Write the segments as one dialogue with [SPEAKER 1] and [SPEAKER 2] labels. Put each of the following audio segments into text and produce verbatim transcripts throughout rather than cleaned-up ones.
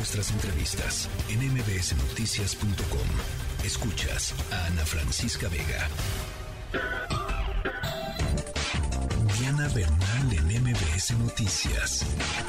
[SPEAKER 1] nuestras entrevistas en m b s noticias punto com. Escuchas a Ana Francisca Vega. Diana Bernal en M B S Noticias.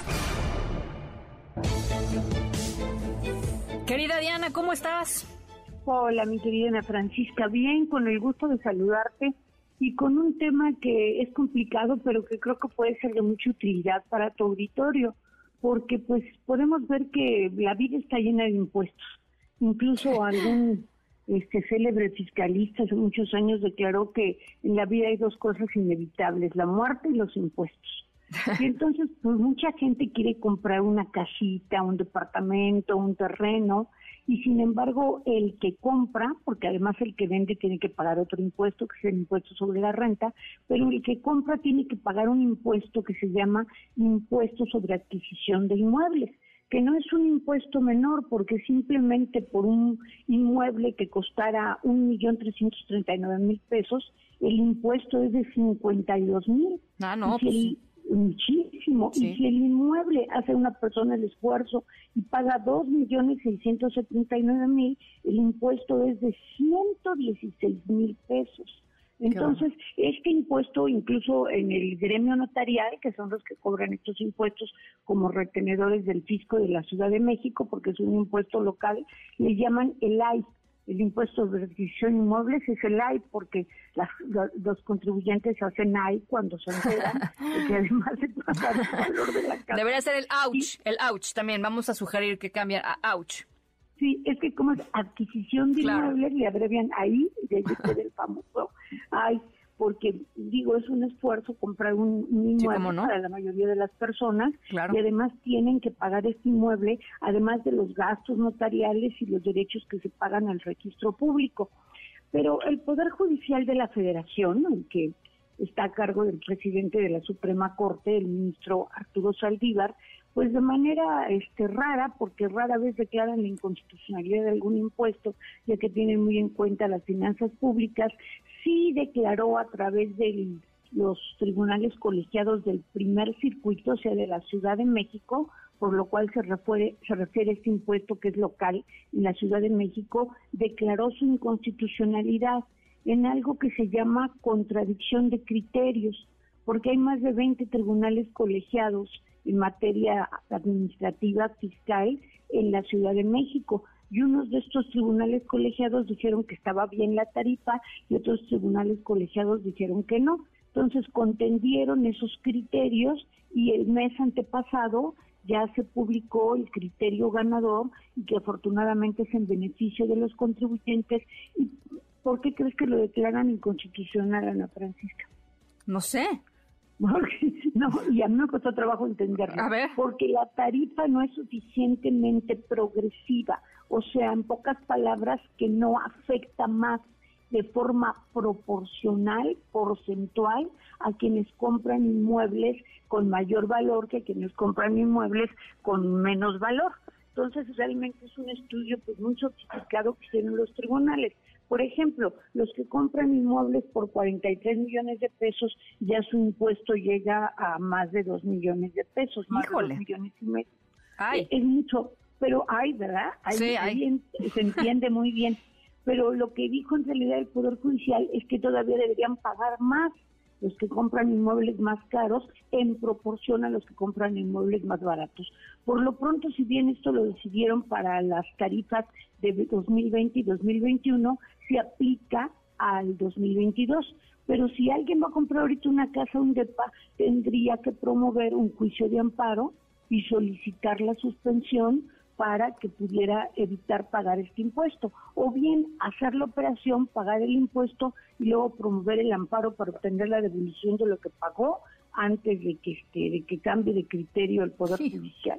[SPEAKER 2] Querida Diana, ¿cómo estás?
[SPEAKER 3] Hola, mi querida Ana Francisca. Bien, con el gusto de saludarte y con un tema que es complicado, pero que creo que puede ser de mucha utilidad para tu auditorio, porque pues podemos ver que la vida está llena de impuestos. Incluso algún este célebre fiscalista hace muchos años declaró que en la vida hay dos cosas inevitables, la muerte y los impuestos. Y entonces pues mucha gente quiere comprar una casita, un departamento, un terreno, y sin embargo el que compra, porque además el que vende tiene que pagar otro impuesto, que es el impuesto sobre la renta, pero el que compra tiene que pagar un impuesto que se llama impuesto sobre adquisición de inmuebles, que no es un impuesto menor, porque simplemente por un inmueble que costara un millón trescientos treinta y nueve mil pesos, el impuesto es de cincuenta y dos mil.
[SPEAKER 2] Ah, no,
[SPEAKER 3] y si
[SPEAKER 2] pues
[SPEAKER 3] el,
[SPEAKER 2] sí.
[SPEAKER 3] Muchísimo. Sí. Y si el inmueble hace una persona el esfuerzo y paga dos millones seiscientos setenta y nueve mil, el impuesto es de ciento dieciséis mil pesos. Entonces, este impuesto, incluso en el gremio notarial, que son los que cobran estos impuestos como retenedores del fisco de la Ciudad de México, porque es un impuesto local, le llaman el A I. El impuesto sobre adquisición de inmuebles es el A I, porque las, los, los contribuyentes hacen A I cuando se enteran, porque además se pasa el valor de la casa.
[SPEAKER 2] Debería ser el ouch, el ouch también. Vamos a sugerir que cambie a ouch.
[SPEAKER 3] Sí, es que como es adquisición de
[SPEAKER 2] Claro.
[SPEAKER 3] inmuebles, le abrevian ahí, y de ahí viene el famoso A I, porque, digo, es un esfuerzo comprar un, un inmueble, sí, ¿cómo no?, para la mayoría de las personas,
[SPEAKER 2] claro.
[SPEAKER 3] Y además tienen que pagar este inmueble, además de los gastos notariales y los derechos que se pagan al registro público. Pero el Poder Judicial de la Federación, que está a cargo del presidente de la Suprema Corte, el ministro Arturo Saldívar, pues de manera este rara, porque rara vez declaran la inconstitucionalidad de algún impuesto, ya que tienen muy en cuenta las finanzas públicas, sí declaró a través de los tribunales colegiados del primer circuito, o sea, de la Ciudad de México, por lo cual se refiere, se refiere a este impuesto que es local en la Ciudad de México, declaró su inconstitucionalidad en algo que se llama contradicción de criterios, porque hay más de veinte tribunales colegiados en materia administrativa fiscal en la Ciudad de México, y unos de estos tribunales colegiados dijeron que estaba bien la tarifa y otros tribunales colegiados dijeron que no. Entonces contendieron esos criterios y el mes antepasado ya se publicó el criterio ganador y que afortunadamente es en beneficio de los contribuyentes. ¿Y por qué crees que lo declaran inconstitucional, Ana Francisca?
[SPEAKER 2] No sé.
[SPEAKER 3] Porque, no, y a mí me costó trabajo entenderlo.
[SPEAKER 2] A ver.
[SPEAKER 3] Porque la tarifa no es suficientemente progresiva, o sea, en pocas palabras, que no afecta más de forma proporcional, porcentual, a quienes compran inmuebles con mayor valor que a quienes compran inmuebles con menos valor. Entonces, realmente es un estudio pues muy sofisticado que tienen los tribunales. Por ejemplo, los que compran inmuebles por cuarenta y tres millones de pesos, ya su impuesto llega a más de dos millones de pesos, más
[SPEAKER 2] Híjole.
[SPEAKER 3] de dos millones y medio.
[SPEAKER 2] Ay.
[SPEAKER 3] Es mucho, pero hay, ¿verdad? Hay,
[SPEAKER 2] Sí,
[SPEAKER 3] hay.
[SPEAKER 2] hay.
[SPEAKER 3] Se entiende muy bien. Pero lo que dijo en realidad el Poder Judicial es que todavía deberían pagar más los que compran inmuebles más caros en proporción a los que compran inmuebles más baratos. Por lo pronto, si bien esto lo decidieron para las tarifas de dos mil veinte y dos mil veintiuno, se aplica al dos mil veintidós. Pero si alguien va a comprar ahorita una casa, un depa, tendría que promover un juicio de amparo y solicitar la suspensión para que pudiera evitar pagar este impuesto, o bien hacer la operación, pagar el impuesto y luego promover el amparo para obtener la devolución de lo que pagó antes de que este de que cambie de criterio el Poder
[SPEAKER 2] Sí.
[SPEAKER 3] Judicial.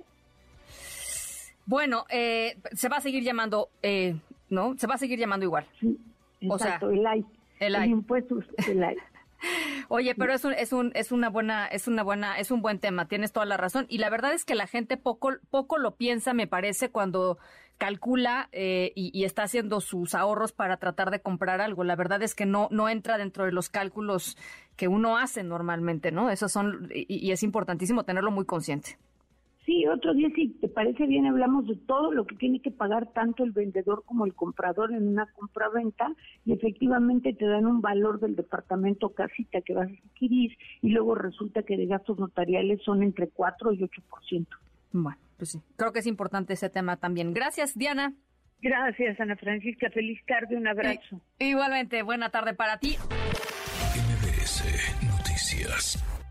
[SPEAKER 2] Bueno, eh, se va a seguir llamando, eh, ¿no? Se va a seguir llamando igual.
[SPEAKER 3] Sí,
[SPEAKER 2] O sea,
[SPEAKER 3] exacto, el A I,
[SPEAKER 2] el A I.
[SPEAKER 3] el impuesto el A I.
[SPEAKER 2] Oye, pero es un, es un, es una buena, es una buena, es un buen tema, tienes toda la razón. Y la verdad es que la gente poco, poco lo piensa, me parece, cuando calcula eh, y, y está haciendo sus ahorros para tratar de comprar algo. La verdad es que no, no entra dentro de los cálculos que uno hace normalmente, ¿no? Esos son, y, y es importantísimo tenerlo muy consciente.
[SPEAKER 3] Sí, otro día, si te parece bien, hablamos de todo lo que tiene que pagar tanto el vendedor como el comprador en una compraventa, y efectivamente te dan un valor del departamento o casita que vas a adquirir, y luego resulta que de gastos notariales son entre cuatro y ocho por ciento.
[SPEAKER 2] Bueno, pues sí, creo que es importante ese tema también. Gracias, Diana.
[SPEAKER 3] Gracias, Ana Francisca. Feliz tarde, un abrazo.
[SPEAKER 2] I- igualmente, buena tarde para ti.
[SPEAKER 1] M B S Noticias.